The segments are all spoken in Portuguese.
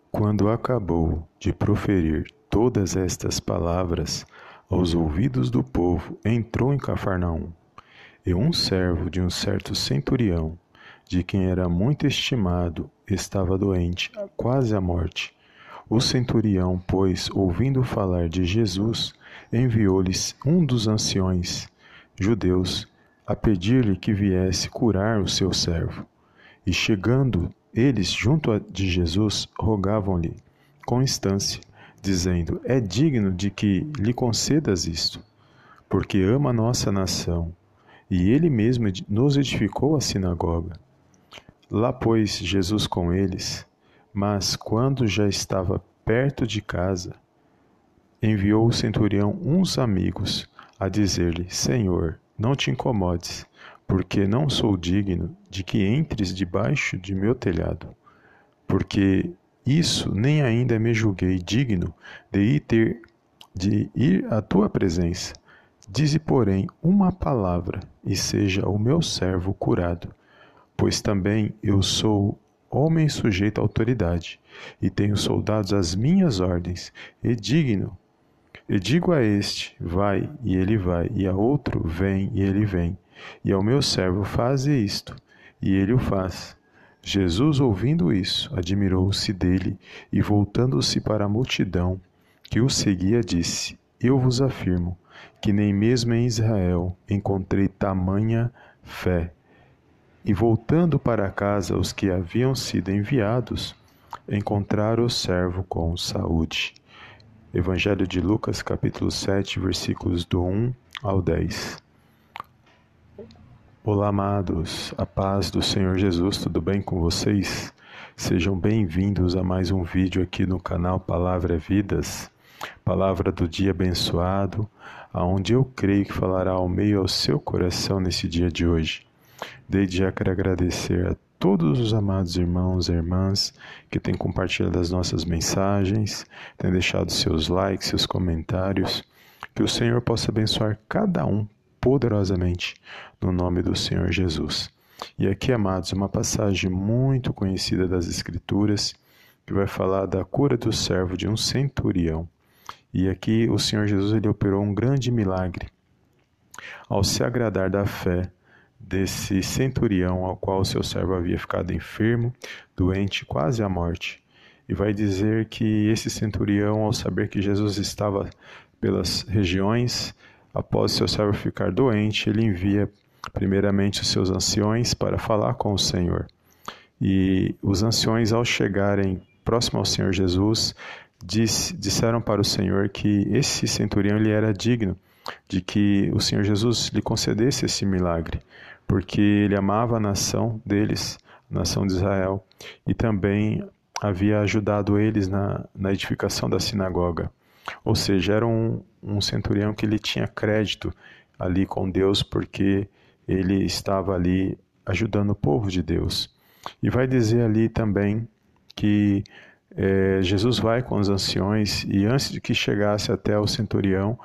Quando acabou de proferir todas estas palavras aos ouvidos do povo, entrou em Cafarnaum. E um servo de um certo centurião, de quem era muito estimado, estava doente, quase à morte. O centurião, pois, ouvindo falar de Jesus, enviou-lhes um dos anciões judeus a pedir-lhe que viesse curar o seu servo. E chegando eles junto de Jesus, rogavam-lhe com instância, dizendo: É digno de que lhe concedas isto, porque ama a nossa nação, e ele mesmo nos edificou a sinagoga. Lá, pois, Jesus com eles, mas quando já estava perto de casa, enviou o centurião uns amigos a dizer-lhe: Senhor, não te incomodes, porque não sou digno de que entres debaixo de meu telhado. Porque isso nem ainda me julguei digno de ir à tua presença. Dize, porém, uma palavra, e seja o meu servo curado. Pois também eu sou homem sujeito à autoridade, e tenho soldados às minhas ordens, e digo a este, vai, e ele vai, e a outro, vem, e ele vem. E ao meu servo, faze isto, e ele o faz. Jesus, ouvindo isso, admirou-se dele, e voltando-se para a multidão que o seguia, disse: Eu vos afirmo que nem mesmo em Israel encontrei tamanha fé. E voltando para casa os que haviam sido enviados, encontraram o servo com saúde. Evangelho de Lucas, capítulo 7, versículos do 1 ao 10. Olá, amados, a paz do Senhor Jesus, tudo bem com vocês? Sejam bem-vindos a mais um vídeo aqui no canal Palavra é Vidas, palavra do dia abençoado, aonde eu creio que falará ao meio ao seu coração nesse dia de hoje. Desde já quero agradecer a todos os amados irmãos e irmãs que têm compartilhado as nossas mensagens, têm deixado seus likes, seus comentários, que o Senhor possa abençoar cada um poderosamente no nome do Senhor Jesus. E aqui, amados, uma passagem muito conhecida das Escrituras que vai falar da cura do servo de um centurião. E aqui o Senhor Jesus ele operou um grande milagre ao se agradar da fé desse centurião ao qual seu servo havia ficado enfermo, doente, quase à morte. E vai dizer que esse centurião, ao saber que Jesus estava pelas regiões, após seu servo ficar doente, ele envia primeiramente os seus anciões para falar com o Senhor. E os anciões, ao chegarem próximo ao Senhor Jesus, disseram para o Senhor que esse centurião ele era digno de que o Senhor Jesus lhe concedesse esse milagre, porque ele amava a nação deles, a nação de Israel, e também havia ajudado eles na edificação da sinagoga. Ou seja, era um centurião que ele tinha crédito ali com Deus, porque ele estava ali ajudando o povo de Deus. E vai dizer ali também que Jesus vai com os anciões, e antes de que chegasse até o centurião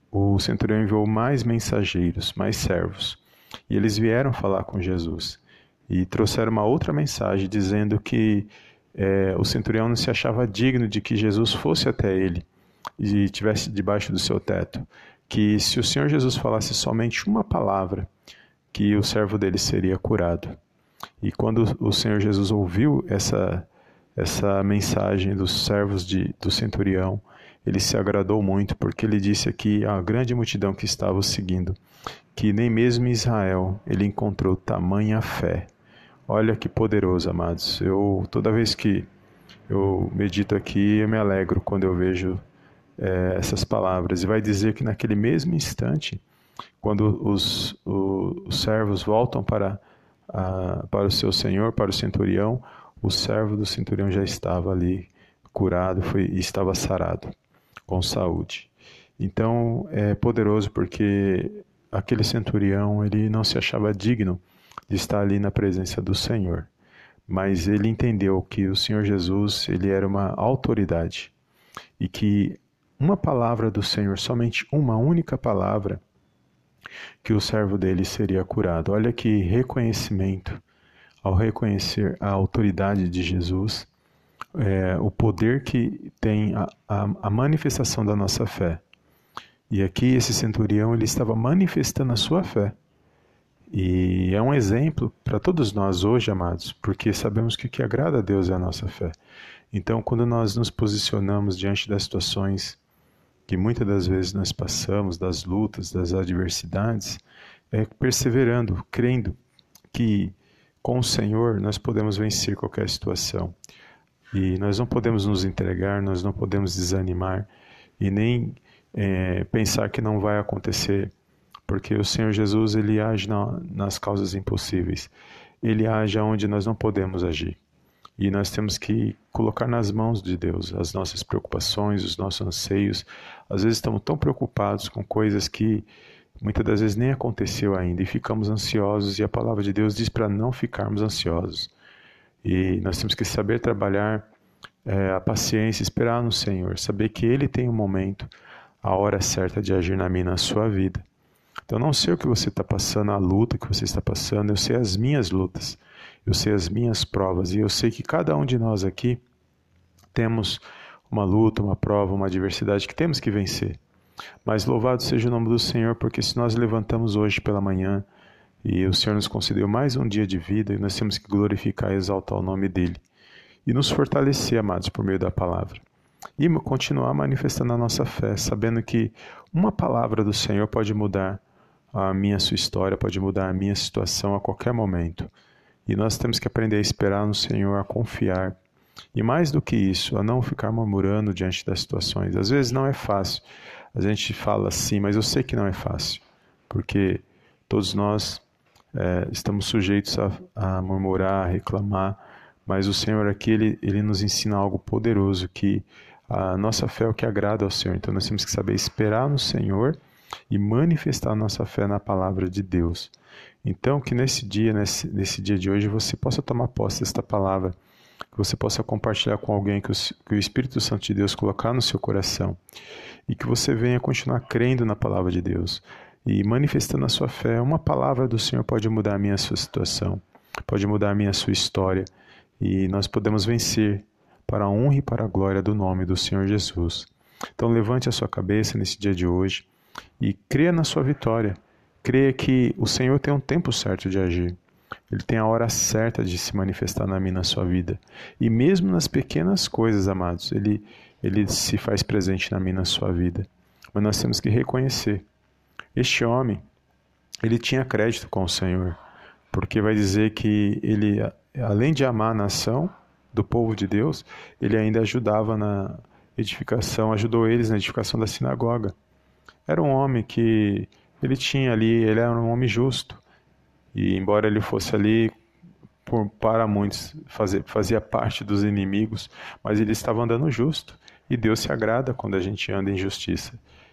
enviou mais mensageiros, mais servos. E eles vieram falar com Jesus e trouxeram uma outra mensagem dizendo que o centurião não se achava digno de que Jesus fosse até ele e estivesse debaixo do seu teto, que se o Senhor Jesus falasse somente uma palavra, que o servo dele seria curado. E quando o Senhor Jesus ouviu essa mensagem dos servos do centurião, ele se agradou muito, porque ele disse aqui à grande multidão que estava o seguindo, que nem mesmo em Israel ele encontrou tamanha fé. Olha que poderoso, amados. Toda vez que eu medito aqui, eu me alegro quando eu vejo essas palavras. E vai dizer que naquele mesmo instante, quando os servos voltam para o seu senhor, para o centurião, o servo do centurião já estava ali curado e estava sarado, com saúde. Então é poderoso porque aquele centurião ele não se achava digno de estar ali na presença do Senhor, mas ele entendeu que o Senhor Jesus ele era uma autoridade e que uma palavra do Senhor, somente uma única palavra, que o servo dele seria curado. Olha que reconhecimento, ao reconhecer a autoridade de Jesus, o poder que tem a manifestação da nossa fé. E aqui esse centurião, ele estava manifestando a sua fé. E é um exemplo para todos nós hoje, amados, porque sabemos que o que agrada a Deus é a nossa fé. Então, quando nós nos posicionamos diante das situações que muitas das vezes nós passamos, das lutas, das adversidades, perseverando, crendo que com o Senhor nós podemos vencer qualquer situação. E nós não podemos nos entregar, nós não podemos desanimar e nem pensar que não vai acontecer, porque o Senhor Jesus, ele age nas causas impossíveis. Ele age onde nós não podemos agir. E nós temos que colocar nas mãos de Deus as nossas preocupações, os nossos anseios. Às vezes estamos tão preocupados com coisas que muitas das vezes nem aconteceu ainda e ficamos ansiosos, e a palavra de Deus diz para não ficarmos ansiosos. E nós temos que saber trabalhar a paciência, esperar no Senhor, saber que Ele tem um momento, a hora certa de agir na minha e na sua vida. Então, não sei o que você está passando, a luta que você está passando, eu sei as minhas lutas, eu sei as minhas provas, e eu sei que cada um de nós aqui temos uma luta, uma prova, uma adversidade que temos que vencer. Mas louvado seja o nome do Senhor, porque se nós levantamos hoje pela manhã, e o Senhor nos concedeu mais um dia de vida, e nós temos que glorificar e exaltar o nome dEle. E nos fortalecer, amados, por meio da palavra. E continuar manifestando a nossa fé, sabendo que uma palavra do Senhor pode mudar a minha, sua história, pode mudar a minha situação a qualquer momento. E nós temos que aprender a esperar no Senhor, a confiar. E mais do que isso, a não ficar murmurando diante das situações. Às vezes não é fácil. A gente fala assim, mas eu sei que não é fácil. Porque todos nós estamos sujeitos a murmurar, a reclamar. Mas o Senhor aqui, ele nos ensina algo poderoso, que a nossa fé é o que agrada ao Senhor. Então nós temos que saber esperar no Senhor e manifestar a nossa fé na palavra de Deus. Então que nesse dia de hoje, você possa tomar posse desta palavra, que você possa compartilhar com alguém que o Espírito Santo de Deus colocar no seu coração, e que você venha continuar crendo na palavra de Deus e manifestando a sua fé. Uma palavra do Senhor pode mudar a minha, a sua situação, pode mudar a minha, a sua história, e nós podemos vencer para a honra e para a glória do nome do Senhor Jesus. Então levante a sua cabeça nesse dia de hoje e creia na sua vitória. Creia que o Senhor tem um tempo certo de agir. Ele tem a hora certa de se manifestar na minha, na sua vida. E mesmo nas pequenas coisas, amados, Ele se faz presente na minha, na sua vida. Mas nós temos que reconhecer. Este homem, ele tinha crédito com o Senhor, porque vai dizer que ele, além de amar a nação do povo de Deus, ele ainda ajudava na edificação, ajudou eles na edificação da sinagoga. Era um homem que ele era um homem justo. E embora ele fosse ali, para muitos, fazia parte dos inimigos, mas ele estava andando justo. E Deus se agrada quando a gente anda em justiça.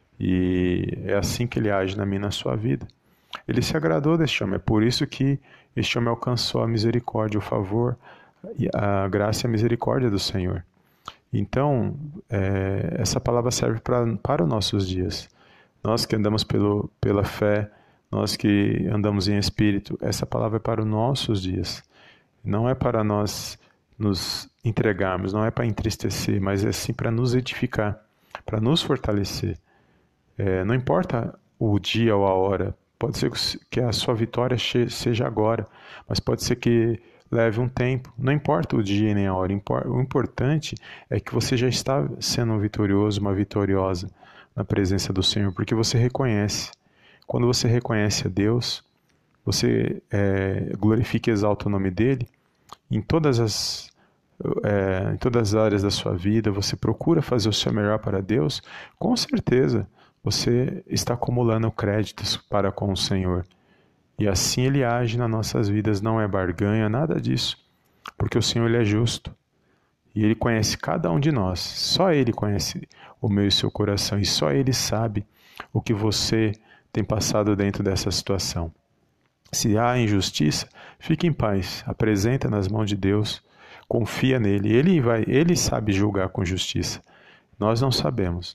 E é assim que ele age na minha e na sua vida. Ele se agradou deste homem, é por isso que este homem alcançou a misericórdia, o favor, a graça e a misericórdia do Senhor. Então, essa palavra serve para os nossos dias. Nós que andamos pela fé, nós que andamos em espírito, essa palavra é para os nossos dias. Não é para nós nos entregarmos, não é para entristecer, mas é sim para nos edificar, para nos fortalecer. Não importa o dia ou a hora, pode ser que a sua vitória seja agora, mas pode ser que leve um tempo. Não importa o dia nem a hora, o importante é que você já está sendo um vitorioso, uma vitoriosa na presença do Senhor, porque você reconhece. Quando você reconhece a Deus, você glorifica e exalta o nome dEle, em todas as áreas da sua vida, você procura fazer o seu melhor para Deus, com certeza você está acumulando créditos para com o Senhor. E assim Ele age nas nossas vidas, não é barganha, nada disso, porque o Senhor Ele é justo. E Ele conhece cada um de nós, só Ele conhece o meu e o seu coração, e só Ele sabe o que você tem passado dentro dessa situação. Se há injustiça, fique em paz, apresenta nas mãos de Deus, confia nele, Ele sabe julgar com justiça. Nós não sabemos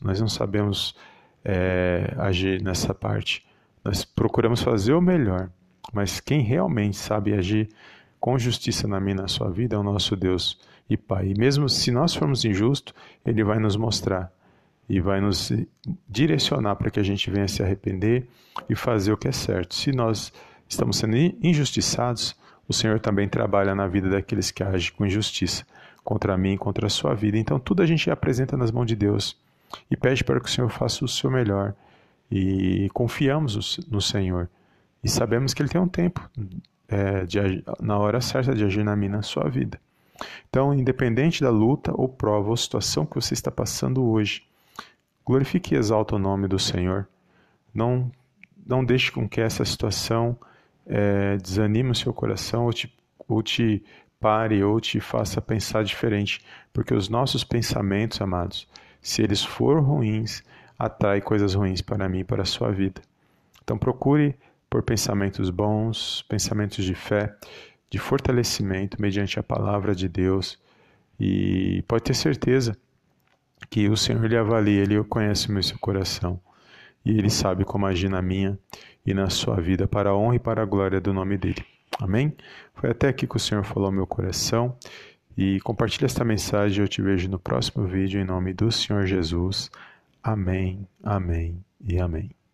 agir nessa parte. Nós procuramos fazer o melhor, mas quem realmente sabe agir com justiça na minha e na sua vida é o nosso Deus. e Pai. E mesmo se nós formos injustos, Ele vai nos mostrar e vai nos direcionar para que a gente venha se arrepender e fazer o que é certo. Se nós estamos sendo injustiçados, o Senhor também trabalha na vida daqueles que agem com injustiça, contra mim, contra a sua vida. Então tudo a gente apresenta nas mãos de Deus e pede para que o Senhor faça o seu melhor. E confiamos no Senhor. E sabemos que Ele tem um tempo na hora certa de agir na sua vida. Então, independente da luta ou prova ou situação que você está passando hoje, glorifique e exalte o nome do Senhor. Não deixe com que essa situação desanime o seu coração ou te pare ou te faça pensar diferente, porque os nossos pensamentos, amados, se eles forem ruins, atrai coisas ruins para mim e para a sua vida. Então procure por pensamentos bons, pensamentos de fé, de fortalecimento mediante a palavra de Deus, e pode ter certeza que o Senhor lhe avalia, Ele conhece o meu seu coração e Ele sabe como agir na minha e na sua vida para a honra e para a glória do nome dEle. Amém? Foi até aqui que o Senhor falou ao meu coração e compartilhe esta mensagem. Eu te vejo no próximo vídeo em nome do Senhor Jesus. Amém, amém e amém.